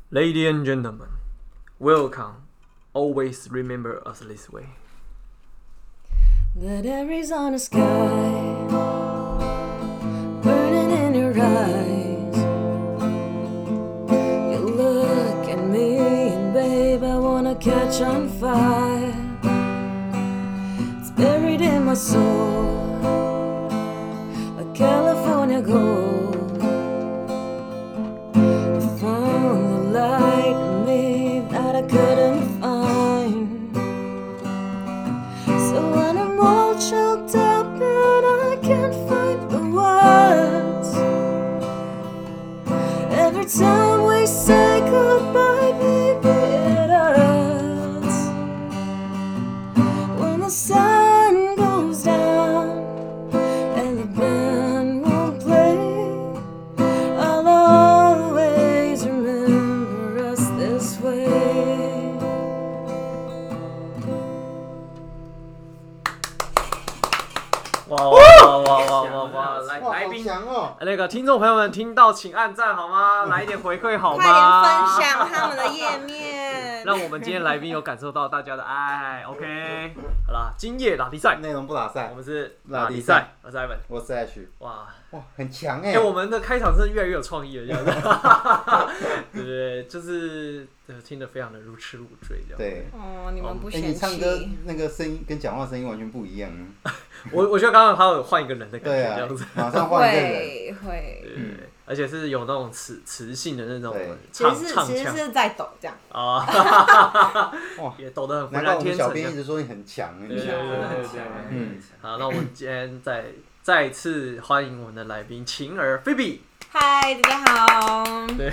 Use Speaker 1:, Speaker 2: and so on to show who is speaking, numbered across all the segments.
Speaker 1: Ladies and gentlemen, welcome. Always remember us this way.
Speaker 2: The Arizona sky burning in your eyes. You look at me and babe, I wanna catch on fire. It's buried in my soul, a California gold. I found the light in me that I couldn't find. So when I'm all choked up and I can't find the words, every time we say goodbye, baby, it hurts. When the sun goes down and the band won't play, I'll always remember us this way.
Speaker 1: 哇！来宾
Speaker 3: 强哦！
Speaker 1: 那个听众朋友们听到请按赞好吗？来一点回馈好吗？
Speaker 4: 快点分享他们的页面，
Speaker 1: 让我们今天来宾有感受到大家的爱。OK， 好啦，今夜拉力赛，
Speaker 3: 内容不打赛
Speaker 1: 我，们是
Speaker 3: 拉力赛，
Speaker 1: 我是 Ivan。
Speaker 3: 我是 H。
Speaker 1: 哇，
Speaker 3: 很强哎！
Speaker 1: 我们的开场真的越来越有创意了，这样子。对不对？就是听得非常的如痴如醉，这样。
Speaker 3: 对。
Speaker 4: 哦，你们不嫌
Speaker 3: 你
Speaker 4: 弃？
Speaker 3: 唱歌那个声音跟讲话声音完全不一样。
Speaker 1: 我觉得刚刚他有换一个人的感觉，
Speaker 3: 对啊，
Speaker 1: 这样子。
Speaker 3: 马上换一个人。
Speaker 4: 会。
Speaker 1: 对，而且是有那种磁性的那种
Speaker 4: 其
Speaker 1: 唱
Speaker 4: 实
Speaker 1: 腔
Speaker 4: 是在抖这样。
Speaker 1: 啊，
Speaker 3: 哇，
Speaker 1: 也抖得很浑
Speaker 3: 难怪我们
Speaker 1: 然天成。
Speaker 3: 小编一直说你很强，
Speaker 1: 对对对，
Speaker 3: 嗯。
Speaker 1: 好，那我们今天再次欢迎我们的来宾晴儿菲比。
Speaker 4: 嗨，大家好。
Speaker 1: 对，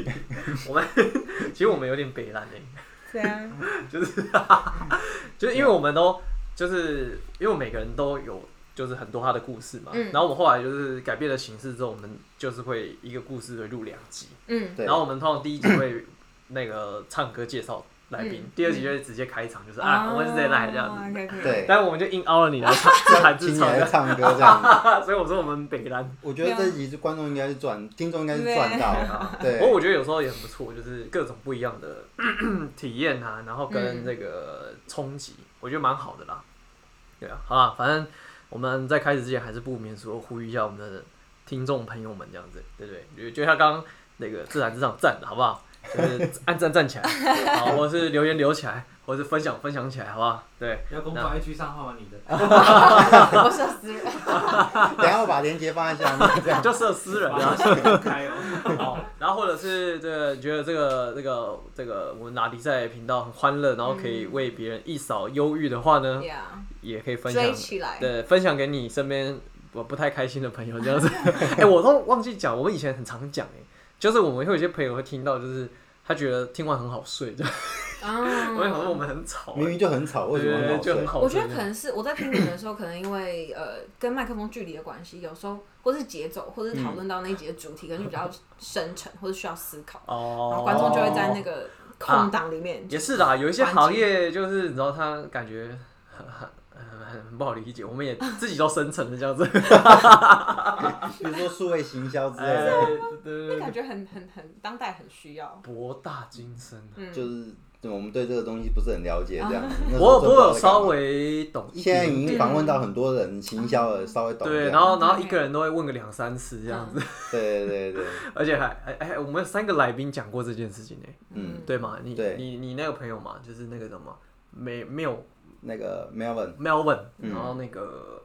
Speaker 1: 其实我们有点北蓝欸。
Speaker 4: 对啊。
Speaker 1: 就是因为我们都就是因为每个人都有就是很多他的故事嘛，然后我们后来就是改变了形式之后，我们就是会一个故事会录2集，然后我们通常第一集会那个唱歌介绍来宾，第2集就会直接开场，就是我们是谁来这样子，
Speaker 3: 对，
Speaker 1: 但我们就硬凹了你来唱自弹自唱
Speaker 3: 这样，
Speaker 1: 所以我说我们北蓝，
Speaker 3: 我觉得这集是观众应该是听众应该是赚到的，对。
Speaker 1: 不过我觉得有时候也很不错，就是各种不一样的体验啊，然后跟这个冲击，我觉得蛮好的啦。对啊，好啦，反正我们在开始之前还是不免说呼吁一下我们的听众朋友们，这样子，对不对？就像刚刚那个自弹自唱站的好不好？就是按赞站起来，好，或是留言留起来，或是分享起来，好不好？对，
Speaker 5: 要公发 IG 上号吗？你的？
Speaker 4: 我设私人。
Speaker 3: 等一下我把链接放在下面，这样
Speaker 1: 就设私人啊。
Speaker 5: 开哦。
Speaker 1: 好，然后或者是觉得这个我们拿比赛频道很欢乐，然后可以为别人一扫忧郁的话呢，也可以分享
Speaker 4: 追起来，
Speaker 1: 对，分享给你身边不太开心的朋友这样子。我都忘记讲，我们以前很常讲就是我们会有些朋友会听到，就是他觉得听完很好睡，这样。我想说我们很吵，
Speaker 3: 明明就很吵，为什么很好睡？
Speaker 4: 我觉得可能是我在听你们的时候，可能因为跟麦克风距离的关系，有时候或是节奏，或是讨论到那一集的主题，可能就比较深沉，或者需要思考，然后观众就会在那个空档里面。
Speaker 1: 也是啦，有一些行业就是你知道，他感觉很不好理解，我们也自己都深层的这样子。
Speaker 3: 比如说数位行销之类的，
Speaker 4: 那感觉很当代，很需要。
Speaker 1: 博大精深，
Speaker 3: 就是我们对这个东西不是很了解，这样。
Speaker 1: 我有稍微懂一点。
Speaker 3: 现在已经访问到很多人行销了，稍微懂。
Speaker 1: 对，然后一个人都会问个2-3次这样子。
Speaker 3: 对。
Speaker 1: 而且我们有3个来宾讲过这件事情对吗？你那个朋友嘛，就是那个什么没有。
Speaker 3: 那个 Melvin，
Speaker 1: 然后那个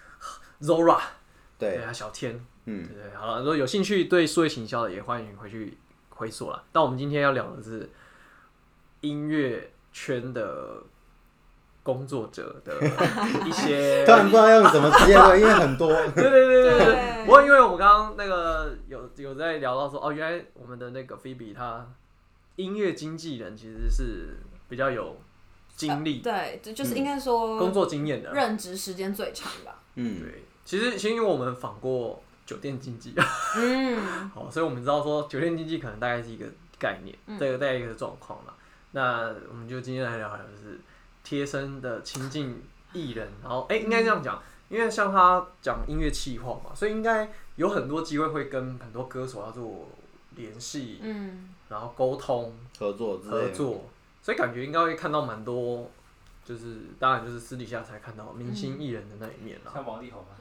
Speaker 1: Zora， 对啊，小天，对，好了，如果有兴趣对数位行销的，也欢迎回去回溯啦。但我们今天要聊的是音乐圈的工作者的一些，
Speaker 3: 突然不知道用什么职业对，因为很多。
Speaker 1: 对。不过因为我们刚刚那个有在聊到说，原来我们的那个 Phoebe 她音乐经纪人其实是比较有经历，
Speaker 4: 对，就是应该说
Speaker 1: 工作经验的，
Speaker 4: 任职时间最长吧。
Speaker 1: 对，其实因为我们访过酒店经济，好，所以我们知道说酒店经济可能大概是一个概念，这个大概一个状况啦。那我们就今天来聊聊，就是贴身的亲近艺人，然后应该这样讲，因为像他讲音乐企划嘛，所以应该有很多机会会跟很多歌手要做联系，然后沟通、
Speaker 3: 合作，
Speaker 1: 所以感觉应该会看到蛮多，就是当然就是私底下才看到明星艺人的那一面啦。
Speaker 5: 像王力宏吗？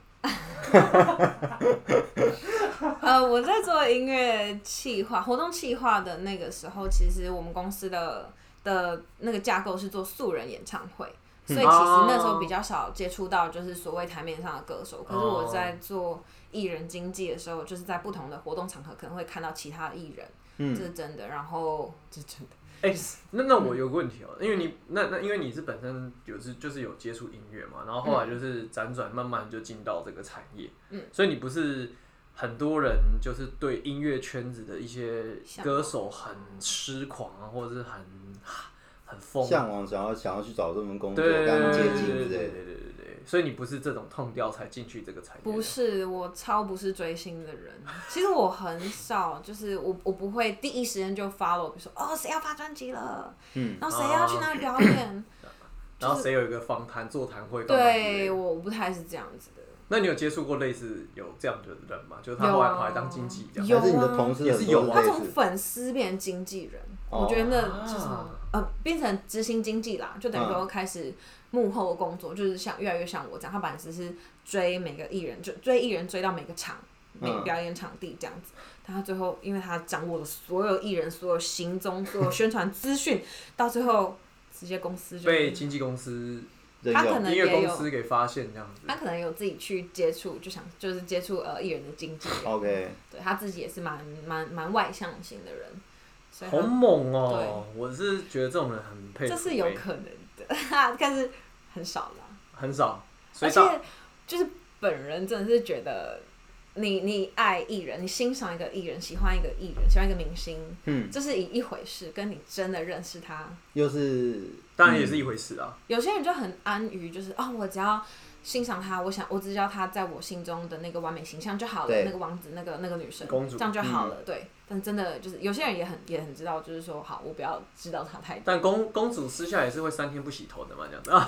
Speaker 4: 我在做音乐企划、活动企划的那个时候，其实我们公司的那个架构是做素人演唱会，所以其实那时候比较少接触到就是所谓台面上的歌手。可是我在做艺人经纪的时候，就是在不同的活动场合可能会看到其他艺人，这是真的。然后这是真的。
Speaker 1: 那我有个问题哦，因为你因为你是本身就是有接触音乐嘛，然后后来就是辗转慢慢就进到这个产业，所以你不是很多人就是对音乐圈子的一些歌手很痴狂啊，或者是很疯，
Speaker 3: 向往想要去找这份工作，跟他们接近之类的。
Speaker 1: 对，所以你不是这种痛调才进去这个产业？
Speaker 4: 不是，我超不是追星的人。其实我很少，就是我不会第一时间就 follow， 比如说谁要发专辑了，然后谁要去哪里表演，
Speaker 1: 然后谁有一个访谈座谈会。
Speaker 4: 对，我不太是这样子的。
Speaker 1: 那你有接触过类似有这样的人吗？就是他后来跑来当经纪这样？
Speaker 3: 还是你的同事也是有？
Speaker 4: 他从粉丝变成经纪人，我觉得那就是变成执行经纪啦，就等于说开始幕后的工作，就是越来越像我这样。他本来只是追每个艺人，就追艺人追到每个场、每个表演场地这样子。但他最后，因为他掌握了所有艺人所有行踪、所有宣传资讯，到最后直接公司就
Speaker 1: 被经纪公司。
Speaker 4: 他可能也有
Speaker 1: 音乐公司给发现这样子，
Speaker 4: 他可能有自己去接触，就是接触艺人的经纪人。
Speaker 3: OK，
Speaker 4: 对他自己也是蛮外向型的人，所以
Speaker 1: 好猛哦！我是觉得这种人很佩服。
Speaker 4: 这是有可能的，但是很少啦。
Speaker 1: 很少，
Speaker 4: 而且就是本人真的是觉得。你爱艺人，你欣赏一个艺人，喜欢一个艺人，喜欢一个明星，这是一回事，跟你真的认识他，
Speaker 3: 又是
Speaker 1: 当然也是一回事啊。
Speaker 4: 有些人就很安于，就是我只要欣赏他，我只要他在我心中的那个完美形象就好了，那个王子，那个女神，
Speaker 1: 公主，
Speaker 4: 这样就好了。对，但真的就是有些人也很知道，就是说好，我不要知道他太多。
Speaker 1: 但公主私下也是会3天不洗头的嘛，这样子啊。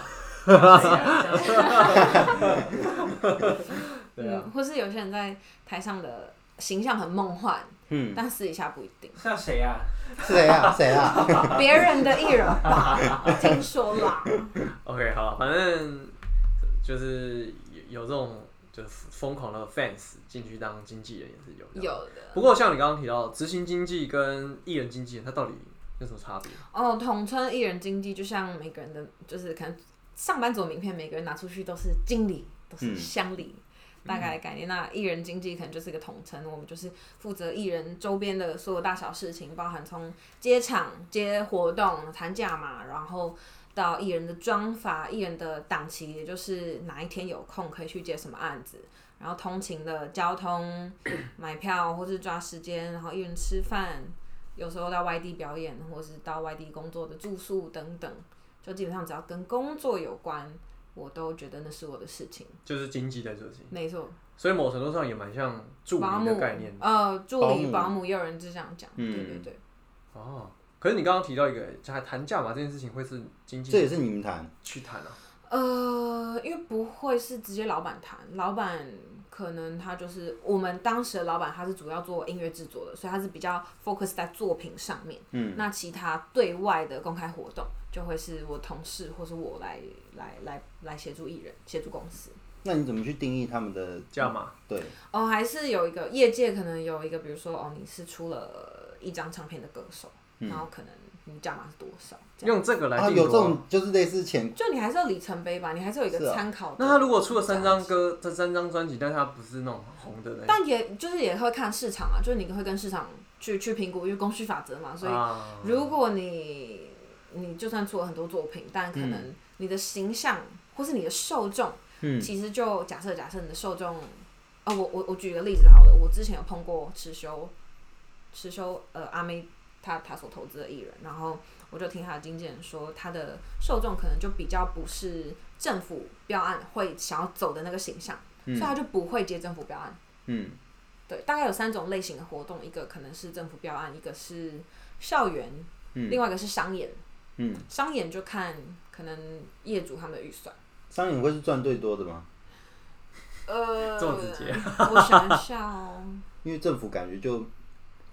Speaker 4: 或是有些人在台上的形象很梦幻，但私底下不一定。
Speaker 5: 像谁啊？
Speaker 3: 谁啊？
Speaker 4: 别人的艺人吧，听说啦。
Speaker 1: OK， 好，反正就是有这种就是疯狂的 fans 进去当经纪人也是有的。
Speaker 4: 有的。
Speaker 1: 不过像你刚刚提到执行经纪跟艺人经纪人，它到底有什么差别？
Speaker 4: 统称艺人经纪，就像每个人的，就是可能上班族的名片，每个人拿出去都是经理，都是乡里。大概的概念，那艺人经纪可能就是一个统称，我们就是负责艺人周边的所有大小事情，包含从接场、接活动、谈价码，然后到艺人的妆发、艺人的档期，也就是哪一天有空可以去接什么案子，然后通勤的交通、买票或是抓时间，然后艺人吃饭，有时候到外地表演，或是到外地工作的住宿等等，就基本上只要跟工作有关。我都觉得那是我的事情，
Speaker 1: 就是经纪在做事情，
Speaker 4: 没错。
Speaker 1: 所以某程度上也蛮像助理的概念。
Speaker 4: 助理、保姆，也有人就这样讲。对。
Speaker 1: 可是你刚刚提到一个谈价码这件事情，会是经纪？
Speaker 3: 这也是你们谈
Speaker 1: 去谈啊？
Speaker 4: 因为不会是直接老板谈，老板可能他就是我们当时的老板，他是主要做音乐制作的，所以他是比较 focus 在作品上面。那其他对外的公开活动，就会是我同事或是我来协助艺人、协助公司。
Speaker 3: 那你怎么去定义他们的
Speaker 1: 价码？
Speaker 3: 对。
Speaker 4: 还是有一个业界可能有一个，比如说你是出了一张唱片的歌手，然后可能你价码是多少？
Speaker 1: 用这个来定
Speaker 3: 有这种就是类似钱，
Speaker 4: 就你还是有里程碑吧，你还是有一个参考。
Speaker 1: 那他如果出了3张歌，这3张专辑，但他不是那种红的，
Speaker 4: 但也会看市场啊，就是你会跟市场去评估，因为供需法则嘛，所以如果你就算出了很多作品，但可能你的形象或是你的受众，其实就假设你的受众，我举个例子好了，我之前有碰过持修阿妹他所投资的艺人，然后我就听他的经纪人说，他的受众可能就比较不是政府标案会想要走的那个形象，所以他就不会接政府标案。对，大概有3种类型的活动，一个可能是政府标案，一个是校园，另外一个是商演。商演就看可能业主他们的预算。
Speaker 3: 商演会是赚最多的吗？
Speaker 1: 这么直接？
Speaker 4: 我想一下哦。
Speaker 3: 因为政府感觉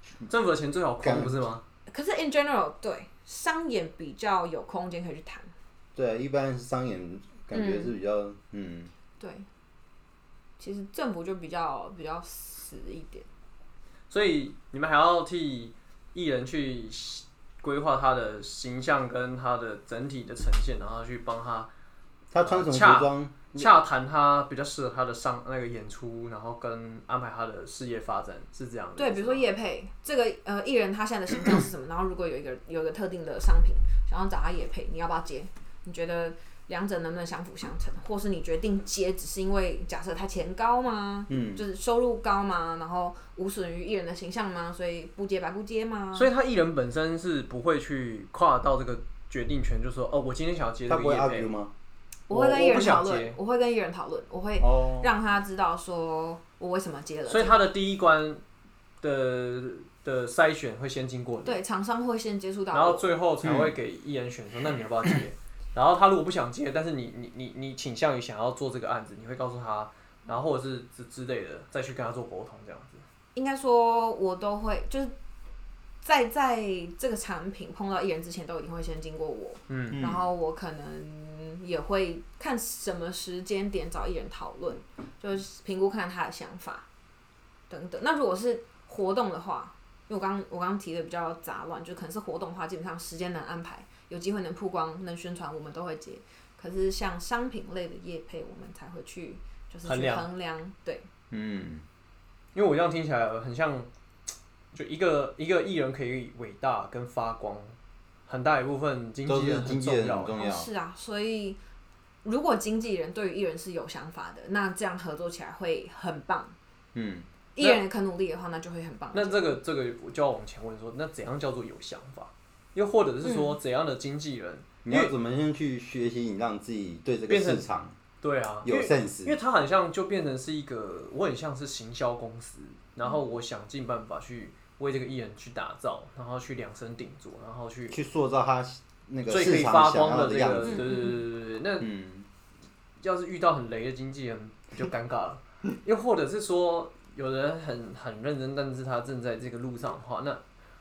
Speaker 1: 政府的钱最好空不是吗？
Speaker 4: 可是 in general 对商演比较有空间可以去谈。
Speaker 3: 对，一般商演感觉是比较
Speaker 4: 对，其实政府就比较死一点。
Speaker 1: 所以你们还要替艺人去规划他的形象跟他的整体的呈现，然后去帮他
Speaker 3: 穿什么服装，
Speaker 1: 洽谈他比较适合他的那个演出，然后跟安排他的事业发展，是这样的。
Speaker 4: 对，比如说业配这个艺人他现在的形象是什么，然后如果有一个特定的商品想要找他业配，你要不要接？你觉得两者能不能相辅相成？或是你决定接只是因为假设他钱高吗？就是收入高吗？然后无损于艺人的形象吗？所以不接白不接吗？
Speaker 1: 所以他艺人本身是不会去跨到这个决定权，就说我今天想要接这个业配。
Speaker 3: 他不会 argue 吗？
Speaker 4: 我会跟艺人讨论，我会跟艺人讨论，我会让他知道说我为什么接了。
Speaker 1: 所以他的第一关的筛选会先经过你，
Speaker 4: 对，厂商会先接触到我，
Speaker 1: 然后最后才会给艺人选说，那你要不要接？然后他如果不想接，但是你倾向于想要做这个案子，你会告诉他，然后或者是之类的，再去跟他做沟通这样子。
Speaker 4: 应该说，我都会就是在这个产品碰到艺人之前，都一定会先经过我。然后我可能也会看什么时间点找艺人讨论，就是评估看他的想法等等。那如果是活动的话，因为我刚提的比较杂乱，就可能是活动的话，基本上时间能安排。有机会能曝光、能宣传，我们都会接。可是像商品类的业配，我们才会去就是去衡量，对。
Speaker 1: 因为我这样听起来很像，就一个艺人可以伟大跟发光，很大一部分经纪人很重要。
Speaker 4: 是啊，所以如果经纪人对于艺人是有想法的，那这样合作起来会很棒。艺人肯努力的话，那就会很棒。
Speaker 1: 那这个我就要往前问说，那怎样叫做有想法？又或者是说怎样的经纪人，
Speaker 3: 你要怎么先去学习，你让自己对这个市场
Speaker 1: 对啊
Speaker 3: 有 sense，
Speaker 1: 因为它很像就变成是一个，我很像是行销公司，然后我想尽办法去为这个艺人去打造，然后去量身定做，然后去
Speaker 3: 塑造他那个
Speaker 1: 最可以发光的这个，
Speaker 3: 样子。
Speaker 1: 对。那要是遇到很雷的经纪人，就尴尬了。又或者是说，有人很认真，但是他正在这个路上的话，那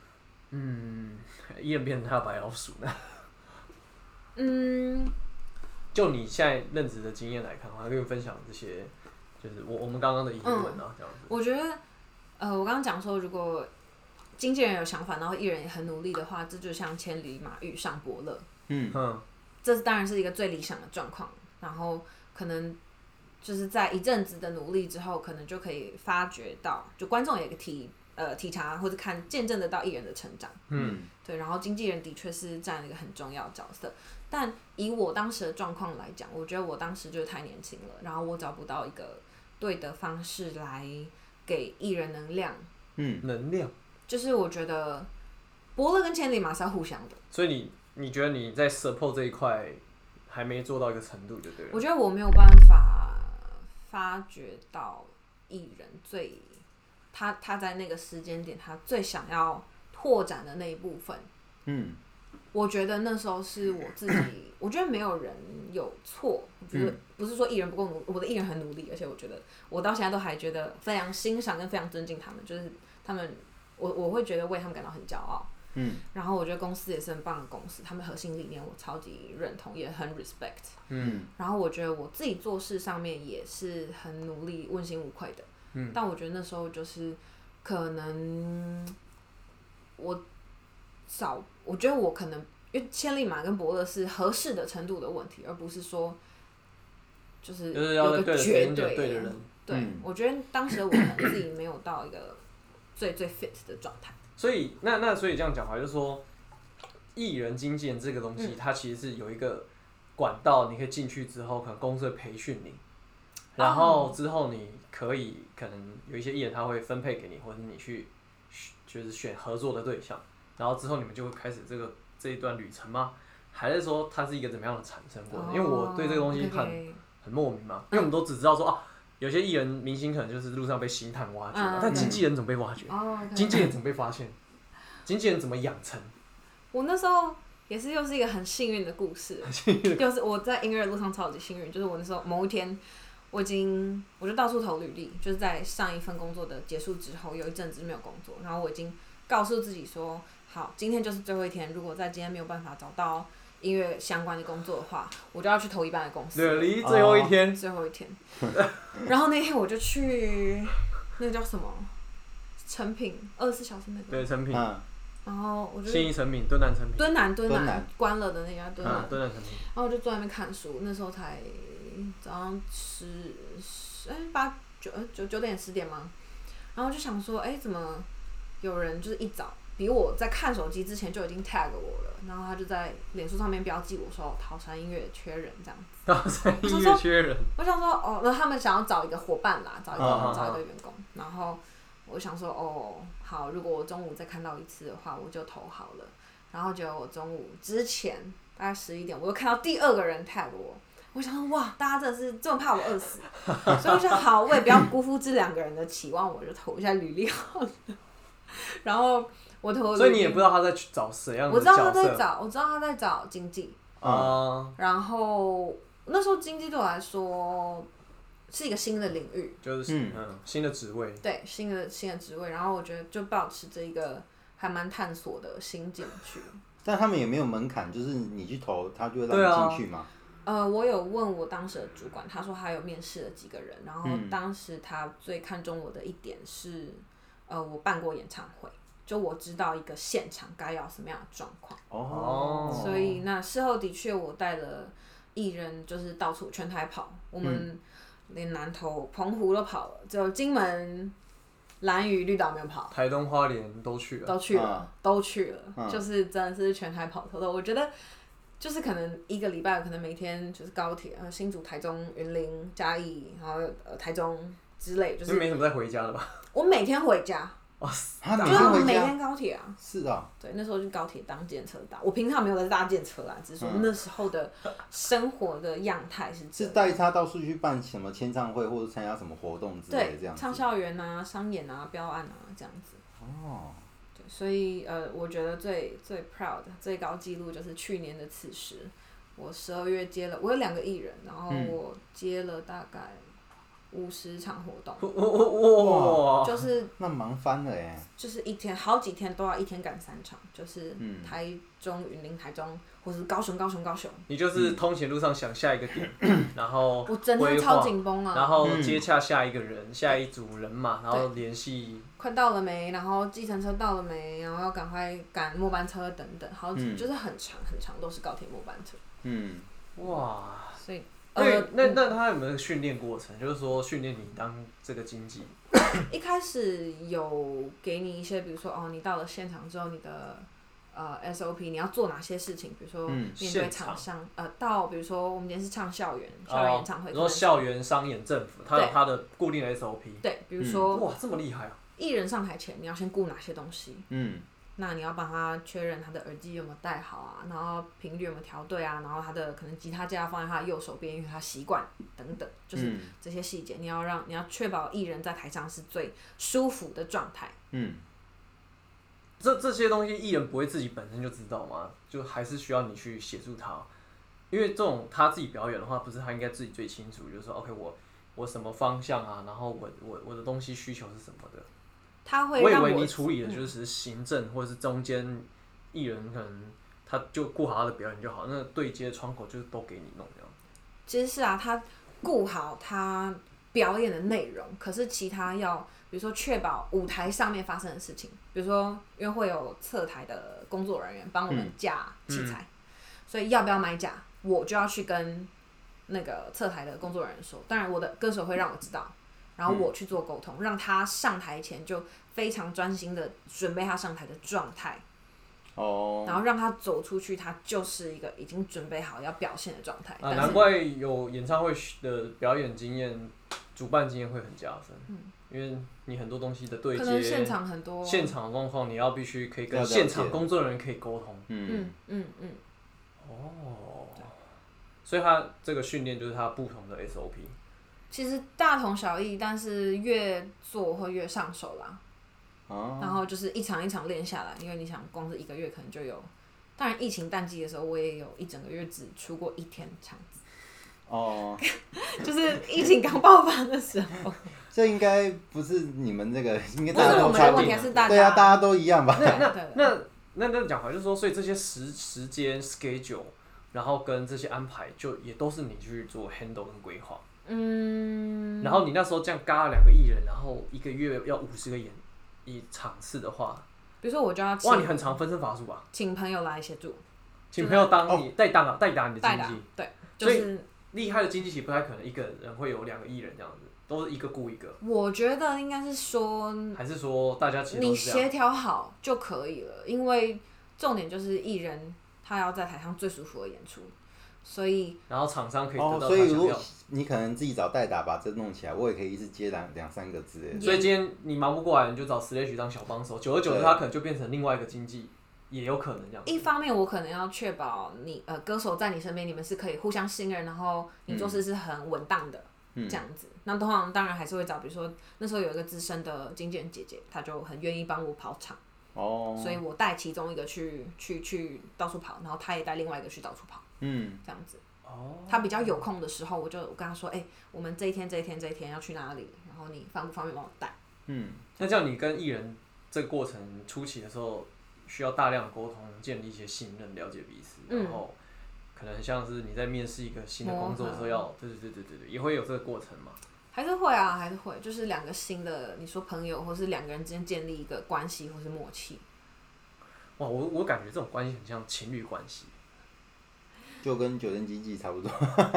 Speaker 1: 艺人变成他的白老鼠呢？就你现在任职的经验来看，我还跟你分享这些，就是我们刚刚的疑问啊，这样子。
Speaker 4: 我觉得，我刚刚讲说，如果经纪人有想法，然后艺人也很努力的话，这就像千里马遇上伯乐。这当然是一个最理想的状况。然后可能就是在一阵子的努力之后，可能就可以发觉到，就观众也可以体察或者见证得到艺人的成长。对，然后经纪人的确是占了一个很重要的角色。但以我当时的状况来讲，我觉得我当时就是太年轻了，然后我找不到一个对的方式来给艺人能量。
Speaker 1: 能量
Speaker 4: 就是我觉得伯乐跟千里马是要互相的。
Speaker 1: 所以你觉得你在 support 这一块还没做到一个程度就对了。
Speaker 4: 我觉得我没有办法发掘到艺人他在那个时间点他最想要拓展的那一部分。我觉得那时候是我自己，我觉得没有人有错，我觉得不是说艺人不够努力，我的艺人很努力，而且我觉得我到现在都还觉得非常欣赏跟非常尊敬他们，就是他们，我会觉得为他们感到很骄傲。然后我觉得公司也是很棒的公司，他们核心理念我超级认同，也很 respect。然后我觉得我自己做事上面也是很努力、问心无愧的。但我觉得那时候就是可能我觉得我可能因为千里马跟伯乐是合适的程度的问题，而不是说就是有个绝对的人。对，我觉得当时我可能自己没有到一个最 fit 的状态。
Speaker 1: 所以所以这样讲话，就是说，艺人经纪人这个东西，它其实是有一个管道，你可以进去之后，可能公司会培训你，然后之后你可能有一些艺人他会分配给你，或者是你去就是选合作的对象，然后之后你们就会开始这一段旅程吗？还是说它是一个怎么样的产生过程？因为我对这个东西很莫名嘛，因为我们都只知道说有些艺人明星可能就是路上被星探挖掘，但经纪人怎么被挖掘？经纪人怎么被发现？经纪人怎么养成？
Speaker 4: 我那时候又是一个很幸运的故事，就是我在音乐路上超级幸运，就是我那时候某一天，我就到处投履历，就是在上一份工作的结束之后，有一阵子没有工作，然后我已经告诉自己说，好，今天就是最后一天，如果在今天没有办法找到音乐相关的工作的话，我就要去投一般的公司。
Speaker 1: 对，离最后一天。
Speaker 4: 最后一天。然后那天我就去，那个叫什么？成品24小时那个。
Speaker 1: 对，成品。
Speaker 4: 然后我就。
Speaker 1: 信义成品，敦南成品。
Speaker 4: 敦南关了的那家敦南。
Speaker 1: 敦南成品。
Speaker 4: 然后我就坐在那边看书，那时候才早上9点10点吗？然后我就想说，怎么有人就是一早比我在看手机之前就已经 tag 我了，然后他就在脸书上面标记我说桃山音乐缺人这样子。
Speaker 1: 桃山音乐缺人。
Speaker 4: 我想说那他们想要找一个伙伴啦，找一个员工，然后我想说好，如果我中午再看到一次的话，我就投好了。然后结果我中午之前大概11点，我又看到第2个人 tag 我。我想说哇，大家真的是这么怕我饿死，所以我想好，我也不要辜负这2个人的期望，我就投一下履历好了。然后我投，
Speaker 1: 所以你也不知道他在找谁样的角色。
Speaker 4: 我知道他在找经纪。然后那时候经纪对我来说是一个新的领域，
Speaker 1: 就是新的职位。
Speaker 4: 对，新的职位，然后我觉得就保持着一个还蛮探索的心境去。
Speaker 3: 但他们也没有门槛，就是你去投，他就会让你进去吗？
Speaker 4: 我有问我当时的主管，他说他有面试了几个人，然后当时他最看重我的一点是，我办过演唱会，就我知道一个现场该要什么样的状况。所以那事后的确我带了艺人，就是到处全台跑，我们连南投、澎湖都跑了，只有金门、兰屿、绿岛没有跑。
Speaker 1: 台东、花莲都去了。
Speaker 4: 都去了，就是真的是全台跑透透。我觉得。就是可能1个礼拜，可能每天就是高铁，新竹、台中、云林、嘉义，然后台中之类，就是
Speaker 1: 没什么再回家的吧？
Speaker 4: 我每天回家，就是每天高铁啊。
Speaker 3: 是啊。
Speaker 4: 对，那时候就高铁当电车搭，我平常没有在搭电车啦，只是说那时候的生活的样态是这样。
Speaker 3: 是带他到处去办什么签唱会，或者参加什么活动之类的这样子。
Speaker 4: 对，唱校园啊、商演啊、标案啊这样子。对，所以我觉得最 proud 最高纪录就是去年的此时，我12月接了，我有2个艺人，然后我接了大概50场活动。
Speaker 3: 哇！
Speaker 4: 就是
Speaker 3: 那忙翻了耶。
Speaker 4: 就是好几天都要一天赶3场，就是台中、云林、台中，或是高雄。
Speaker 1: 你就是通勤路上想下一个点，然后
Speaker 4: 我整天超紧绷啊。
Speaker 1: 然后接洽下一个人，下一组人嘛，然后联系。
Speaker 4: 快到了没？然后计程车到了没？然后要赶快赶末班车等等，就是很长都是高铁末班车。
Speaker 1: 哇！
Speaker 4: 所以
Speaker 1: 那他有没有训练过程？就是说训练你当这个经纪。
Speaker 4: 一开始有给你一些，比如说你到了现场之后，你的SOP 你要做哪些事情？比如说面对厂商，到比如说我们今天是唱校园演唱会，
Speaker 1: 比如说校园、商演、政府，它有它的固定的 SOP。
Speaker 4: 对，比如说
Speaker 1: 哇，这么厉害啊！
Speaker 4: 艺人上台前，你要先顾哪些东西？那你要帮他确认他的耳机有没有戴好啊，然后频率有没有调对啊，然后他的可能吉他架要放在他的右手边，因为他习惯等等，就是这些细节，你要确保艺人在台上是最舒服的状态。
Speaker 1: 这些东西艺人不会自己本身就知道吗？就还是需要你去协助他，因为这种他自己表演的话，不是他应该自己最清楚，就是说 OK 我什么方向啊，然后我的东西需求是什么的。我以为你处理的就是行政或者是中间艺人可能他就顾好他的表演就好，那对接窗口就是都给你弄这样。
Speaker 4: 其实是啊，他顾好他表演的内容，可是其他要比如说确保舞台上面发生的事情，比如说因为会有侧台的工作人员帮我们架器材，所以要不要买架，我就要去跟那个侧台的工作人员说。当然我的歌手会让我知道。然后我去做沟通，让他上台前就非常专心的准备他上台的状态，然后让他走出去，他就是一个已经准备好要表现的状态。
Speaker 1: 难怪有演唱会的表演经验、主办经验会很加分，因为你很多东西的对接，
Speaker 4: 可能现场很多
Speaker 1: 现场的状况，你要必须可以跟现场工作人员可以沟通。所以他这个训练就是他不同的 SOP。
Speaker 4: 其实大同小异，但是越做会越上手啦。然后就是一场一场练下来，因为你想，光是1个月可能就有。当然，疫情淡季的时候，我也有一整个月只出过1天场子。就是疫情刚爆发的时候。
Speaker 3: 这应该不是你们这个，应该
Speaker 4: 不是我们的
Speaker 3: 大家都差不
Speaker 4: 问题，
Speaker 3: 多。
Speaker 4: 是大家
Speaker 3: 对啊，大家都一样吧？
Speaker 1: 那讲回来就是说，所以这些时间 schedule， 然后跟这些安排，就也都是你去做 handle 跟规划。然后你那时候这样嘎了2个艺人，然后1个月要50个场次的话，
Speaker 4: 比如说我就要
Speaker 1: 哇，你很常分身乏术吧？
Speaker 4: 请朋友来协助，
Speaker 1: 请朋友当你代打你的经
Speaker 4: 代打
Speaker 1: 纪，
Speaker 4: 对，就是
Speaker 1: 厉害的经纪其实不太可能一个人会有2个艺人这样子，都是一个雇一个。
Speaker 4: 我觉得应该是说，
Speaker 1: 还是说大家其实都
Speaker 4: 你
Speaker 1: 是这样
Speaker 4: 协调好就可以了，因为重点就是艺人他要在台上最舒服的演出，所以
Speaker 1: 然后厂商可以得到他
Speaker 3: 所以如果
Speaker 1: 想要。
Speaker 3: 你可能自己找代打把这弄起来，我也可以一次接2-3个之类的。
Speaker 1: 所以今天你忙不过来，你就找Slash当小帮手，久而久之他可能就变成另外一个经纪，也有可能这样。
Speaker 4: 一方面我可能要确保你歌手在你身边，你们是可以互相信任，然后你做事是很稳当的，这样子。那通常当然还是会找，比如说那时候有一个资深的经纪人姐姐，她就很愿意帮我跑场，所以我带其中一个去到处跑，然后她也带另外一个去到处跑，这样子。他比较有空的时候，我跟他说，我们这一天要去哪里，然后你方不方便帮我带？
Speaker 1: 那这样你跟艺人这个过程初期的时候，需要大量的沟通，建立一些信任，了解彼此，然后可能像是你在面试一个新的工作的时候要，对，也会有这个过程嘛？
Speaker 4: 还是会啊，还是会，就是2个新的，你说朋友，或是2个人之间建立一个关系，或是默契。
Speaker 1: 哇，我感觉这种关系很像情侣关系。
Speaker 3: 就跟酒店经济差不多。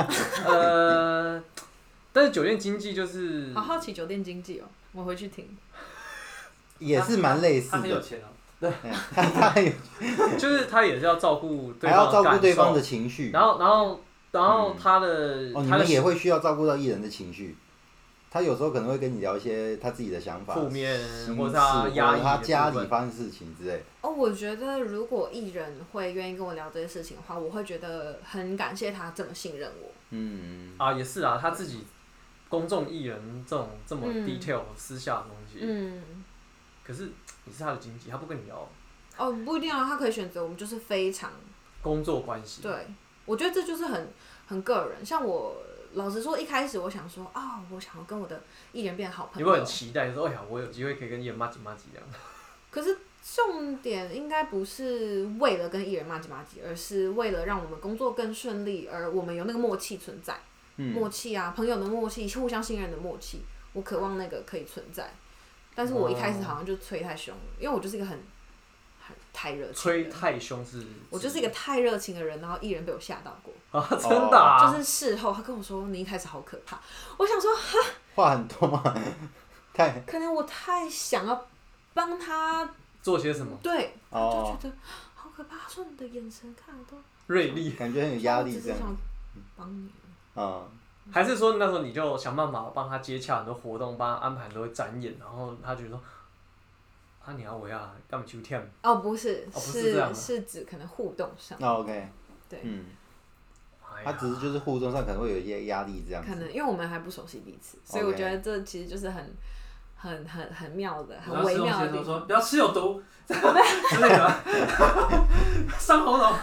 Speaker 1: 但是酒店经济就是
Speaker 4: 好奇酒店经济哦，我回去听。
Speaker 3: 也是蛮类似的。
Speaker 5: 他很有钱哦。
Speaker 3: 对，他很有，
Speaker 1: 就是他也是要照顾对
Speaker 3: 还
Speaker 1: 方的
Speaker 3: 要照顾对方
Speaker 1: 感受
Speaker 3: 的情绪。
Speaker 1: 然后他的
Speaker 3: 你们也会需要照顾到艺人的情绪。他有时候可能会跟你聊一些他自己的想法、
Speaker 1: 负面
Speaker 3: 心事，
Speaker 1: 或者他压抑
Speaker 3: 他家里
Speaker 1: 的部分
Speaker 3: 发生事情之类。
Speaker 4: 我觉得如果艺人会愿意跟我聊这些事情的话，我会觉得很感谢他这么信任我。
Speaker 1: 也是啊，他自己公众艺人这么 detail 私下的东西。可是你是他的经纪，他不跟你聊。
Speaker 4: 不一定啊，他可以选择我们就是非常
Speaker 1: 工作关系。
Speaker 4: 对，我觉得这就是很个人。像我老实说，一开始我想说我想要跟我的艺人变好朋友。
Speaker 1: 你会很期待说，我有机会可以跟艺人麻吉这样。
Speaker 4: 可是重点应该不是为了跟艺人麻吉，而是为了让我们工作更顺利，而我们有那个默契存在。默契啊，朋友的默契，互相信任的默契，我渴望那个可以存在。但是我一开始好像就催太凶了，因为我就是一个很太热情。
Speaker 1: 催太凶是？
Speaker 4: 我就是一个太热情的人，然后艺人被我吓到过。
Speaker 1: 真的啊？
Speaker 4: 就是事后他跟我说你一开始好可怕，我想说
Speaker 3: 话很多嘛，
Speaker 4: 可能我太想要帮他
Speaker 1: 做些什么？
Speaker 4: 对，就觉得好可怕。他说你的眼神看了都
Speaker 1: 锐利，
Speaker 3: 感觉很有压力这样。
Speaker 4: 我只是想帮你。
Speaker 1: 还是说那时候你就想办法帮他接洽很多活动，帮他安排很多展演，然后他觉得说，你要我呀，干嘛去跳？
Speaker 4: 不是，是指可能互动上。
Speaker 3: OK。
Speaker 4: 对。
Speaker 3: 他只是就是互动上可能会有一些压力这样子。
Speaker 4: 可能因为我们还不熟悉彼此，所以我觉得这其实就是很妙的、很微妙的地方。
Speaker 5: 说不要吃有毒之类的，伤喉咙。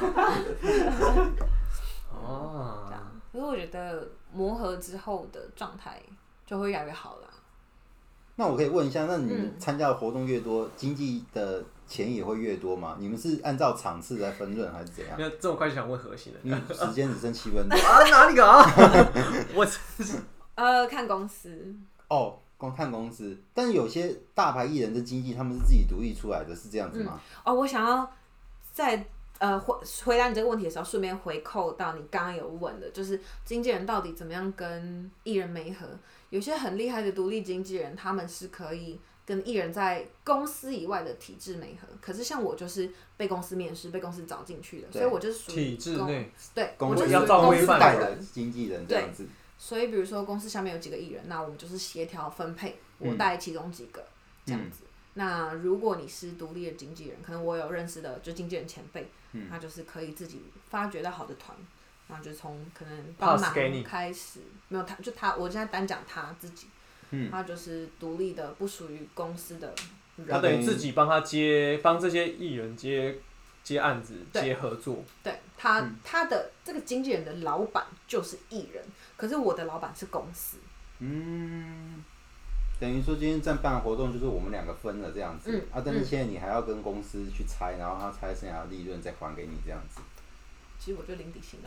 Speaker 4: 这样，可是我觉得磨合之后的状态就会越来越好了。
Speaker 3: 那我可以问一下，那你们参加的活动越多，经济的钱也会越多吗？你们是按照场次来分润还是怎样？
Speaker 1: 没有这么快就想问核心的。
Speaker 3: 因为时间只剩7分钟。
Speaker 1: 哪里搞？我
Speaker 4: 看公司。
Speaker 3: 光看公司，但是有些大牌艺人的经纪他们是自己独立出来的，是这样子吗？
Speaker 4: 我想要在回答你这个问题的时候，顺便回扣到你刚刚有问的，就是经纪人到底怎么样跟艺人媒合？有些很厉害的独立经纪人，他们是可以跟艺人在公司以外的体制媒合。可是像我就是被公司面试、被公司找进去的，所以我就是属于
Speaker 1: 体制内，
Speaker 4: 对，
Speaker 3: 公司
Speaker 1: 要照规范
Speaker 3: 的经纪人这样子。
Speaker 4: 所以比如说公司下面有几个艺人，那我们就是协调分配，我带其中几个这样子。那如果你是独立的经纪人，可能我有认识的就经纪人前辈，他就是可以自己发掘到好的团，然后就从可能帮忙开始，没有我现在单讲他自己，他就是独立的，不属于公司的人。
Speaker 1: 他等于自己帮这些艺人接案子、接合作。
Speaker 4: 对，他的这个经纪人的老板就是艺人，可是我的老板是公司。
Speaker 3: 等于说今天这办活动就是我们2个分了这样子，但是现在你还要跟公司去拆，然后他拆剩下的利润再还给你这样子。
Speaker 4: 其实我就零底薪了。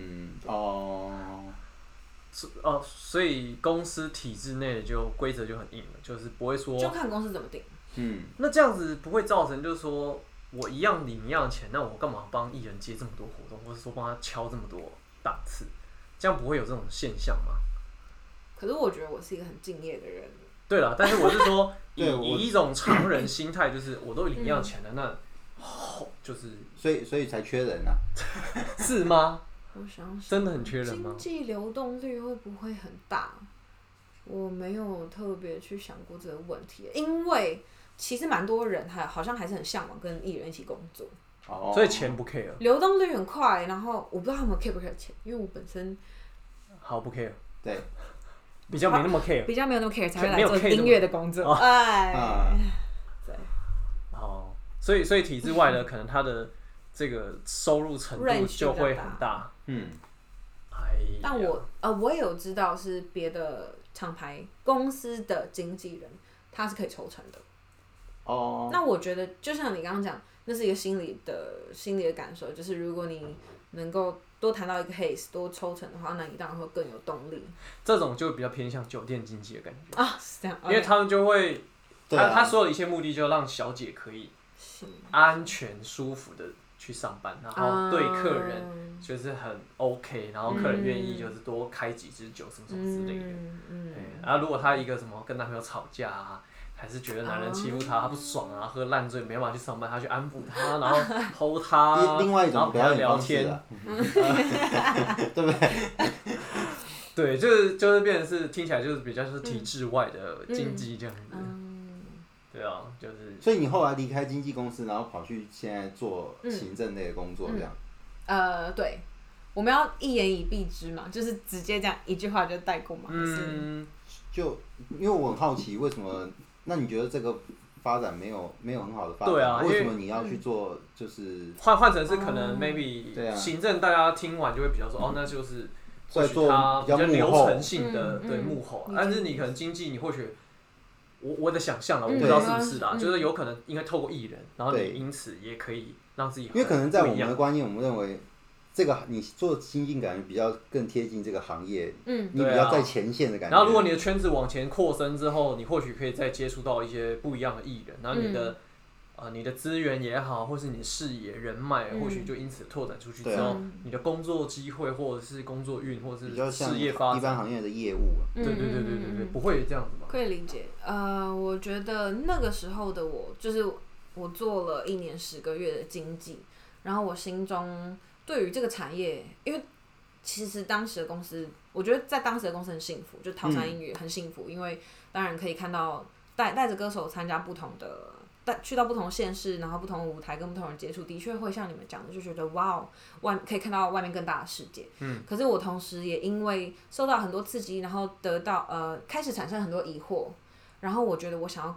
Speaker 1: 所以公司体制内的就规则就很硬了，就是不会说。
Speaker 4: 就看公司怎么定。
Speaker 1: 那这样子不会造成就是说我一样领一样的钱，那我干嘛帮艺人接这么多活动，或者说帮他敲这么多档次？这样不会有这种现象吗？
Speaker 4: 可是我觉得我是一个很敬业的人。
Speaker 1: 对啦，但是我是说以一种常人心态，就是我都领一样钱了，那就是
Speaker 3: 所以才缺人啊。
Speaker 1: 是吗？
Speaker 4: 我想
Speaker 1: 真的很缺人吗？
Speaker 4: 经济流动率会不会很大？我没有特别去想过这个问题，因为其实蛮多人好像还是很向往跟艺人一起工作。
Speaker 1: 所以钱不 care，
Speaker 4: 流动率很快，然后我不知道他们 care 不 care 钱，因为我本身
Speaker 1: 好不 care，
Speaker 3: 对，
Speaker 1: 比较没那么 care，
Speaker 4: 比较没有那么 care 才会来做音乐的工作。对，
Speaker 1: 所以体制外的可能他的这个收入程度就会很大。
Speaker 4: 但我也有知道是别的厂牌公司的经纪人，他是可以抽成的。那我觉得就像你刚刚讲，那是一个心理的感受，就是如果你能够多谈到一个 case， 多抽成的话，那你当然会更有动力。
Speaker 1: 这种就比较偏向酒店经济的感觉
Speaker 4: 是这样，
Speaker 1: 因为他们就会，他所有的一切目的就让小姐可以安全舒服的去上班，然后对客人就是很 OK， 然后客人愿意就是多开几支酒什么什么之类的。然后如果他一个什么跟男朋友吵架啊，还是觉得男人欺负他，他不爽啊，喝烂醉没办法去上班，他去安抚他，然后偷他，
Speaker 3: 另外一种表演
Speaker 1: 聊天，
Speaker 3: 对不对？
Speaker 1: 对，就是变成是听起来就是比较是体制外的经济这样子。对啊，就是。
Speaker 3: 所以你后来离开经纪公司，然后跑去现在做行政类的工作，这样。
Speaker 4: 对，我们要一言以蔽之嘛，就是直接这样一句话就带过嘛。
Speaker 3: 就因为我很好奇，为什么？那你觉得这个发展没有很好的发展？
Speaker 1: 对啊，
Speaker 3: 为什么你要去做？就是
Speaker 1: 换成是可能 maybe 行政，大家听完就会比较说那就是或许它比较流程性的对幕后，但是你可能经济你或许。我的想象了，我不知道是不是啦，就是有可能因为透过艺人，然后你因此也可以让自己因
Speaker 3: 为可能在我们的观念，我们认为这个你做经纪感觉比较更贴近这个行业，你比较在前线的感觉。
Speaker 1: 然后如果你的圈子往前扩伸之后，你或许可以再接触到一些不一样的艺人，然后你的资源也好，或是你的视野人脉，或许就因此拓展出去之后，你的工作机会或者是工作运，或者是事业发展，
Speaker 3: 一般行业的业务。
Speaker 1: 对，不会这样子吗？
Speaker 4: 可以理解。我觉得那个时候的我，就是我做了1年10个月的经纪，然后我心中对于这个产业，因为其实当时的公司，我觉得在当时的公司很幸福，就桃山音乐很幸福，因为当然可以看到带着歌手参加不同的。去到不同的县市，然后不同的舞台跟不同人接触，的确会像你们讲的，就觉得哇哦，可以看到外面更大的世界。可是我同时也因为受到很多刺激，然后得到开始产生很多疑惑，然后我觉得我想要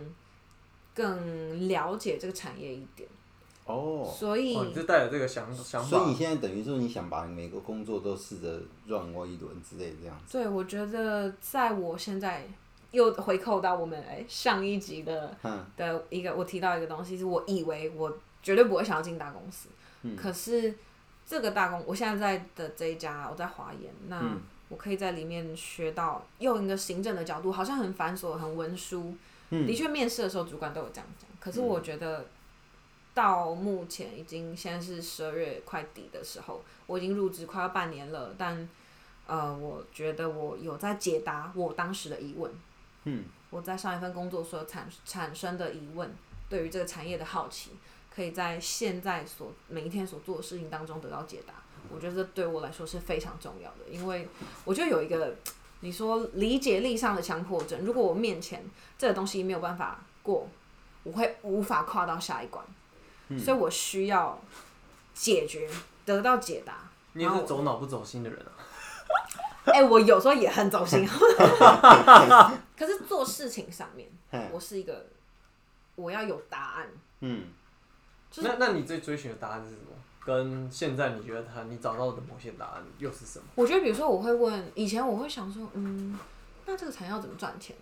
Speaker 4: 更了解这个产业一点。所以
Speaker 1: 你就带着这个想法。
Speaker 3: 所以你现在等于说你想把每个工作都试着 run 过一轮之类的这样子。
Speaker 4: 对，我觉得在我现在。又回扣到我们上一集的一个，我提到一个东西，是我以为我绝对不会想要进大公司，可是这个我现在的这一家，我在华研，那我可以在里面学到用一个行政的角度，好像很繁琐、很文书，的确面试的时候主管都有这样讲，可是我觉得到目前现在是12月快底的时候，我已经入职快要半年了，但我觉得我有在解答我当时的疑问。我在上一份工作所产生的疑问，对于这个产业的好奇，可以在现在每一天所做的事情当中得到解答。我觉得这对我来说是非常重要的，因为我就有一个你说理解力上的强迫症，如果我面前这个东西没有办法过，我会无法跨到下一关，所以我需要解决，得到解答。
Speaker 1: 你也是走脑不走心的人啊。
Speaker 4: 我有时候也很走心，可是做事情上面，我是一个我要有答案。
Speaker 1: 那你最追寻的答案是什么？跟现在你觉得你找到的某些答案又是什么？
Speaker 4: 我觉得比如说我会问，以前我会想说，那这个产业要怎么赚钱？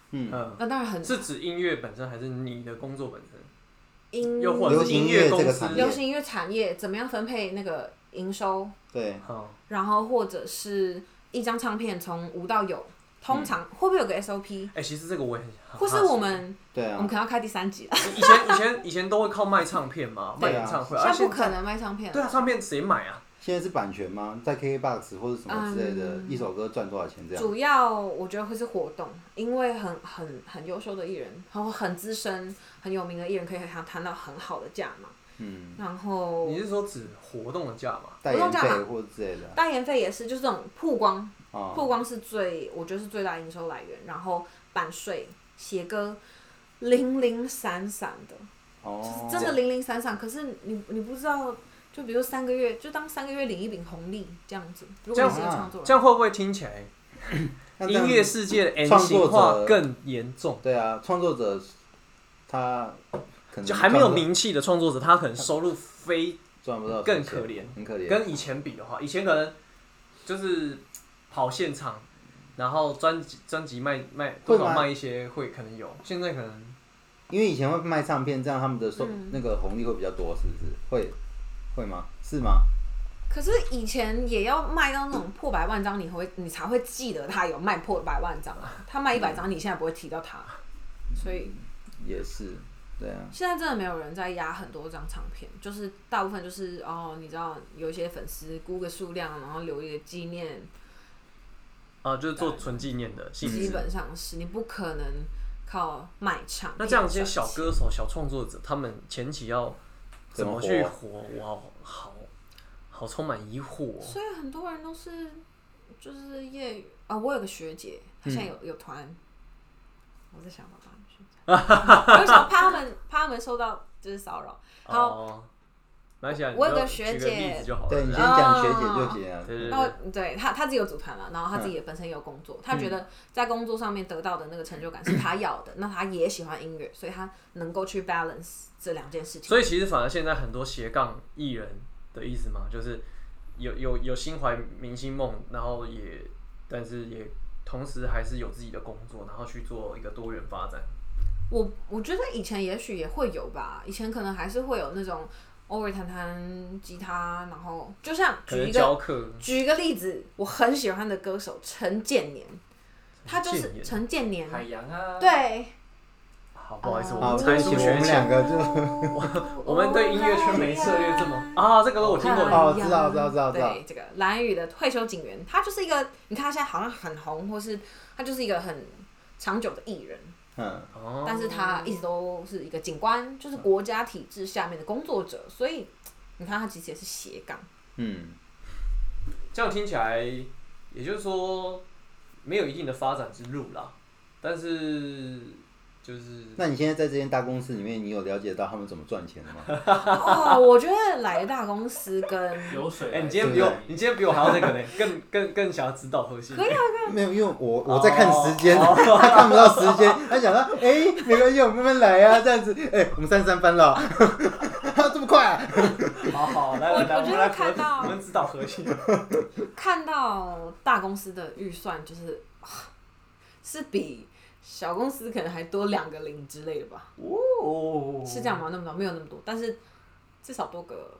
Speaker 4: 那当然很
Speaker 1: 是指音乐本身还是你的工作本身？
Speaker 4: 又
Speaker 1: 或者是音乐公司、
Speaker 4: 流行音乐产业怎么样分配那个营收？
Speaker 3: 对，
Speaker 4: 然后或者是一张唱片从无到有，通常会不会有个 SOP？
Speaker 1: 其实这个我也很。
Speaker 4: 或是我们
Speaker 3: 对啊，
Speaker 4: 我们可能要开第3集了。
Speaker 1: 以前都会靠卖唱片嘛，卖演唱会。
Speaker 4: 现在不可能卖唱片了。
Speaker 1: 对啊，唱片谁买啊？
Speaker 3: 现在是版权吗？在 KKBOX 或者什么之类的，一首歌赚多少钱这样？
Speaker 4: 主要我觉得会是活动，因为很优秀的艺人，然后很资深、很有名的艺人，可以谈到很好的价嘛。然后
Speaker 1: 你是说指活动的价吗？
Speaker 3: 代言费或者之类的。
Speaker 4: 代言费也是，就是这种曝光，曝光是我觉得是最大营收来源。然后版税、写歌，零零散散的，就是真的零零散散。可是你不知道。就比如3个月，就当3个月领一笔红利这样子。如果你是个创作人，
Speaker 1: 这样会不会听起来音乐世界的 N 型化更严重？
Speaker 3: 对啊，创作者他可能
Speaker 1: 就还没有名气的创作者，他可能收入
Speaker 3: 赚不到，
Speaker 1: 更可怜，
Speaker 3: 很可怜。
Speaker 1: 跟以前比的话，以前可能就是跑现场，然后专辑卖多少卖一些会可能有，现在可能
Speaker 3: 因为以前会卖唱片，这样他们的那个红利会比较多，是不是？会吗？是吗？
Speaker 4: 可是以前也要卖到那种破百万张，你才会记得他有卖破百万张啊。他卖100张，你现在不会提到他，所以
Speaker 3: 也是，对啊。
Speaker 4: 现在真的没有人在压很多张唱片，就是大部分就是你知道有一些粉丝估个数量，然后留一个纪念。
Speaker 1: 就是做纯纪念的性质。
Speaker 4: 基本上是你不可能靠卖唱。
Speaker 1: 那这样，这些小歌手、小创作者，他们前期要怎么去活？我好充满疑惑。
Speaker 4: 所以很多人都是就是业余我有个学姐，她现在有团，我在想办法去讲，我想怕他们受到就是骚扰。好，
Speaker 1: 我
Speaker 4: 有个学姐，
Speaker 3: 对你先讲学姐就行了。
Speaker 4: 对她自己有组团了，然后她自己也本身也有工作，她觉得在工作上面得到的那个成就感是她要的，那她也喜欢音乐，所以她能够去 balance 这2件事情。
Speaker 1: 所以其实反而现在很多斜杠艺人的意思嘛，就是有心怀明星梦，然后但是也同时还是有自己的工作，然后去做一个多元发展。
Speaker 4: 我觉得以前也许也会有吧，以前可能还是会有那种偶尔弹吉他，然后就像举一个例子，我很喜欢的歌手陈建年，他就是陈建年，
Speaker 5: 海洋啊，
Speaker 4: 对。
Speaker 1: 好，不好意思，我们才疏学浅，我们对音乐圈没策略这么这个我听过，
Speaker 3: 知道。
Speaker 4: 对，这个蓝宇的退休警员，他就是一个，你看他现在好像很红，或是他就是一个很长久的艺人。但是他一直都是一个警官，就是国家体制下面的工作者，所以你看他其实也是斜杠。
Speaker 1: 这样听起来，也就是说没有一定的发展之路啦，但是。
Speaker 3: 那你现在在这间大公司里面，你有了解到他们怎么赚钱的吗？
Speaker 4: 我觉得来大公司跟
Speaker 5: 流水。
Speaker 1: 你今天比我还要那个呢，更想要知道核心。
Speaker 4: 可以啊。
Speaker 3: 没有，因为我在看时间，他看不到时间，他想到没关系，我慢慢来啊，这样子，我们33分了，这么快啊？
Speaker 1: 好，来，
Speaker 4: 我觉得看到
Speaker 1: 我们指导核心。看
Speaker 4: 到大公司的预算是比。小公司可能还多2个0之类的吧，是这样吗？那么多没有那么多，但是至少多个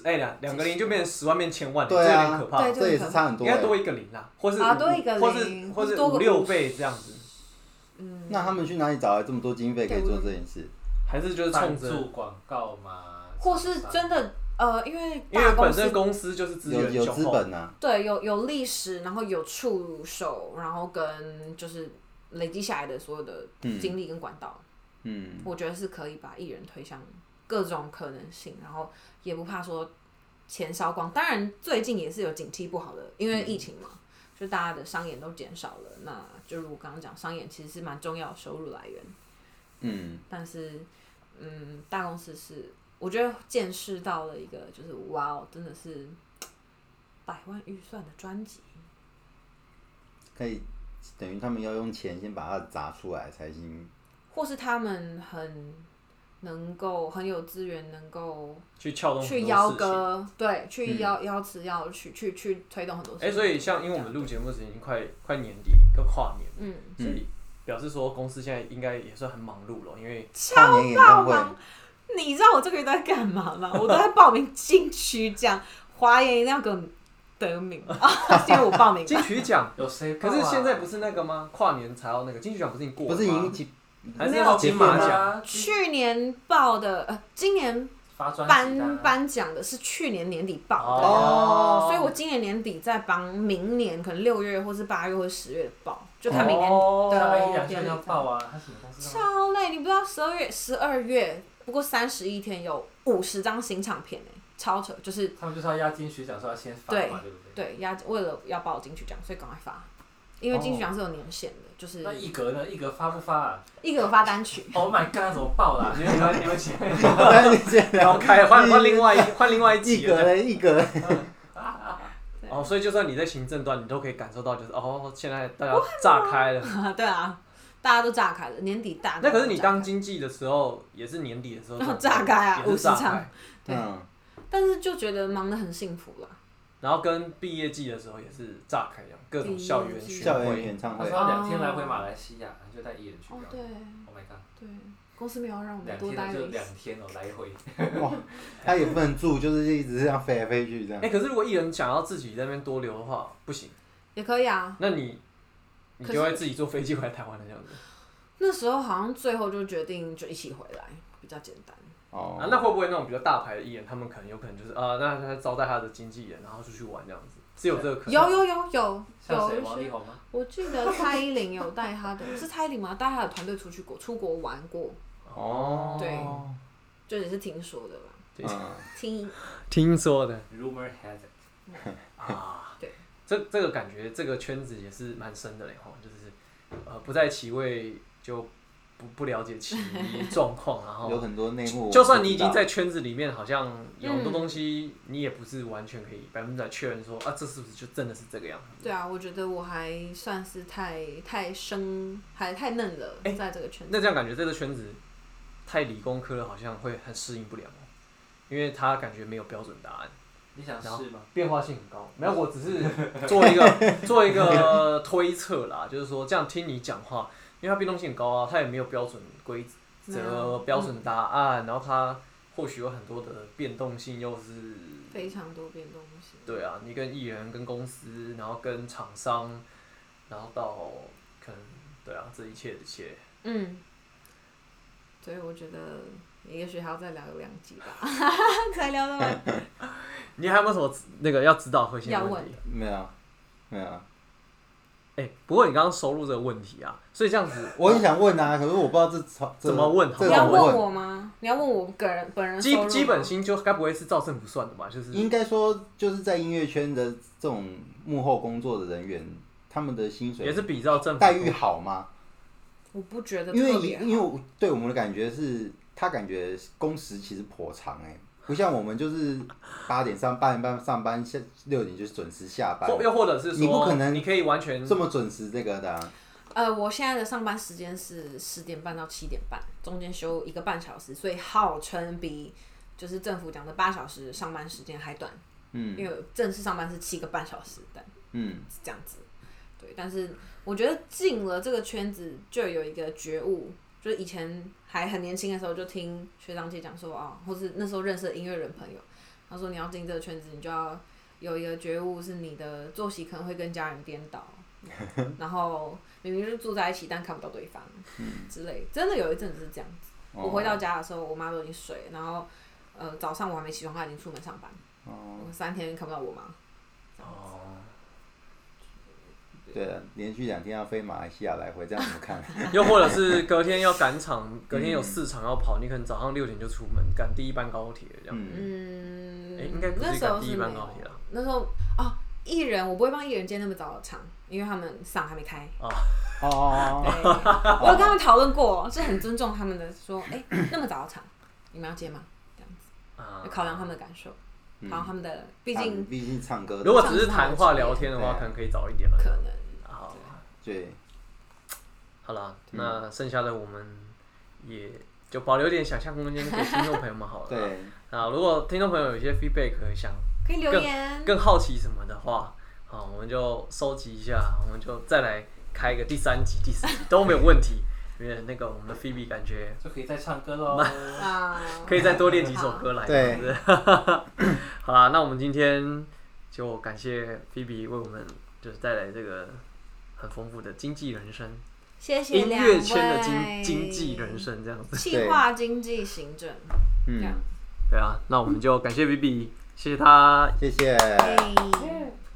Speaker 1: 2个0就变成10万变1000万，
Speaker 3: 对啊，
Speaker 1: 这有点可怕，
Speaker 3: 这也是差很多，
Speaker 1: 应该多1个0啦，或是
Speaker 4: 多1个0，
Speaker 1: 或是5-6倍这样子。
Speaker 3: 那他们去哪里找来这么多经费可以做这件事？
Speaker 1: 还是就是冲
Speaker 5: 着广告嘛？
Speaker 4: 或是真的因为
Speaker 1: 本身公司就是资源
Speaker 3: 有资本啊，
Speaker 4: 对，有历史，然后有触手，然后跟就是累积下来的所有的经历跟管道，我觉得是可以把艺人推向各种可能性，然后也不怕说钱烧光。当然最近也是有景气不好的，因为疫情嘛，就大家的商演都减少了。那就如我刚刚讲，商演其实是蛮重要的收入来源。但是大公司是我觉得见识到了一个就是哇，真的是100万预算的专辑，
Speaker 3: 可以。等于他们要用钱先把它砸出来才行，
Speaker 4: 或是他们能够很有资源，能够
Speaker 1: 去撬动很多事情，
Speaker 4: 去邀歌，对，去邀词要去推动很多事情。
Speaker 1: 所以像因为我们录节目时间已经快年底，要跨年，所以表示说公司现在应该也算很忙碌了，因为
Speaker 3: 跨年演唱会，
Speaker 4: 你知道我这个月都在干嘛吗？我都在报名金曲奖，华研一定要给我得名啊！因为我报名
Speaker 1: 金曲奖
Speaker 5: 有谁报啊？
Speaker 1: 可是现在不是那个吗？跨年才要那个金曲奖，不是已经过了吗？
Speaker 3: 不是已经
Speaker 1: 还是要金马奖？
Speaker 4: 去年报的，今年
Speaker 5: 发专辑的啊
Speaker 4: 颁奖的是去年年底报的，
Speaker 1: 哦
Speaker 4: 所以我今年年底再帮明年可能6月或是8月或是10月的报，就看明年
Speaker 1: 哦
Speaker 4: 的
Speaker 5: 他们一两
Speaker 4: 电力
Speaker 5: 天要报啊，他什么公司？
Speaker 4: 超累，你不知道12月不过31天有50张新唱片超扯，就是
Speaker 5: 他们就是要压金曲奖，说要先发嘛，对不对？
Speaker 4: 对为了要报金曲奖，所以赶快发，因为金曲奖是有年限的，就是
Speaker 5: 那一格呢？一格发不发啊
Speaker 4: 一个有发单曲。
Speaker 5: ？Oh my god， 怎么报啦？你们前面
Speaker 1: 然后换另外一集
Speaker 3: 一格嘞一格。
Speaker 1: 哦，所以就算你在行政端，你都可以感受到，就是现在大家炸开了。
Speaker 4: 对啊，大家都炸开了，年底大。
Speaker 1: 那可是你当经纪的时候，也是年底的时候
Speaker 4: 炸开啊
Speaker 1: 也是炸
Speaker 4: 50场
Speaker 1: 开。
Speaker 4: 对，但是就觉得忙得很幸福啦。
Speaker 1: 然后跟毕业季的时候也是炸开，各种校园巡
Speaker 3: 校园
Speaker 1: 回。
Speaker 3: 演唱会
Speaker 5: 他说，要2天来回马来西亚，就带艺人去。
Speaker 4: 对
Speaker 5: Oh my god，
Speaker 4: 对，公司没有让我们
Speaker 5: 2
Speaker 4: 多待
Speaker 5: 天就
Speaker 4: 了一次。
Speaker 5: 2天哦，来回。
Speaker 3: 哇，他也不能住，就是一直这样飞来飞去这样。
Speaker 1: 可是如果艺人想要自己在那边多留的话，不行。
Speaker 4: 也可以啊。
Speaker 1: 那你就会自己坐飞机回来台湾的这样子。
Speaker 4: 那时候好像最后就决定就一起回来，比较简单。
Speaker 1: 那会不会那种比较大牌的艺人，他们可能有可能就是那他招待他的经纪人，然后出去玩这样子，是有这个可能？
Speaker 4: 有
Speaker 5: 像谁？
Speaker 4: 一些。
Speaker 5: 王力宏吗？
Speaker 4: 我记得蔡依林有带她的，是蔡依林吗？带她的团队出国玩过。
Speaker 1: 哦，
Speaker 4: 对，就也是听说的啦。
Speaker 1: 听说的。
Speaker 5: Rumor has it。
Speaker 4: 对。
Speaker 1: 这个感觉，这个圈子也是蛮深的嘞哈，就是不在其位就不了解其状况，然后
Speaker 3: 有很多内幕。
Speaker 1: 就算你已经在圈子里面，好像有很多东西你也不是完全可以100%确认说这是不是就真的是这个样子。
Speaker 4: 对啊，我觉得我还算是太生，还太嫩了，在这个圈子。
Speaker 1: 那这样感觉这个圈子太理工科了，好像会很适应不了，因为他感觉没有标准答案。
Speaker 5: 你想试吗？
Speaker 1: 变化性很高。没有，我只是做一个推测啦，就是说这样听你讲话，因为它变动性很高啊，它也没有标准规则、标准答案，然后它或许有很多的变动性，又是
Speaker 4: 非常多变动性。
Speaker 1: 对啊，你跟艺人、跟公司，然后跟厂商，然后到可能对啊，这一切。
Speaker 4: 所以我觉得也许还要再聊2集吧，才聊到。
Speaker 1: 你还有没有什么那个要指导核心的问题？
Speaker 3: 没有。
Speaker 1: 不过你刚刚收入这个问题啊，所以这样子，
Speaker 3: 我很想问啊，可是我不知道这
Speaker 1: 怎么问。
Speaker 4: 你要问我吗？你要问我本人收入吗？
Speaker 1: 基本薪就该不会是照政府算的吧？就是
Speaker 3: 应该说，就是在音乐圈的这种幕后工作的人员，他们的薪水
Speaker 1: 也是比照政府
Speaker 3: 待遇好吗？
Speaker 4: 我不觉得
Speaker 3: 因
Speaker 4: 特别好，
Speaker 3: 为对我们的感觉是，他感觉工时其实颇长不像我们就是8点上8点半上班，6点就是准时下班。
Speaker 1: 又或者是说，
Speaker 3: 你不可能
Speaker 1: 你可以完全
Speaker 3: 这么准时这个的
Speaker 4: 我现在的上班时间是10点半到7点半，中间休1个半小时，所以号称比就是政府讲的8小时上班时间还短。因为正式上班是7个半小时，但是这样子。对，但是我觉得进了这个圈子就有一个觉悟，就是以前还很年轻的时候就听学长姐讲说或是那时候认识的音乐人朋友，他说你要进这个圈子，你就要有一个觉悟，是你的作息可能会跟家人颠倒，然后明明就是住在一起，但看不到对方之类。真的有一阵子是这样子。我回到家的时候，我妈都已经睡了，然后早上我还没起床，她已经出门上班。我3天看不到我妈。
Speaker 3: 对啊，连续2天要飞马来西亚来回，这样怎么看？
Speaker 1: 又或者是隔天要赶场，隔天有4场要跑，你可能早上6点就出门，赶第1班高铁这样。应该不是赶第1班高铁啦。
Speaker 4: 那时候艺人我不会帮艺人接那么早的场，因为他们嗓还没开。对，我有跟他们讨论过，是很尊重他们的，说那么早的场，你们要接吗？这样子，要考量他们的感受。考量他们的，毕
Speaker 3: 竟唱歌。
Speaker 1: 如果只是谈话聊天的话，可能可以早一点了。
Speaker 4: 可能。
Speaker 3: 对。
Speaker 1: 好了，那剩下的我们也就保留一点想象空间给听众朋友们好了。
Speaker 3: 对。
Speaker 1: 如果听众朋友有一些 feedback 想
Speaker 4: 可以留言，
Speaker 1: 更好奇什么的话，我们就收集一下，我们就再来开个第3集、第4集都没有问题。因为那个我们的 Phoebe 感觉
Speaker 5: 就可以再唱歌喽，
Speaker 1: 可以再多练几首歌来。
Speaker 3: 对，
Speaker 1: 好啦，那我们今天就感谢 Phoebe 为我们就是带来这个很丰富的经纪人生，
Speaker 4: 谢谢
Speaker 1: 音乐圈的经纪人生这样子，
Speaker 4: 企划、经济、行政，这样。
Speaker 1: 对啊，那我们就感谢 Phoebe，谢谢他，
Speaker 3: 谢谢。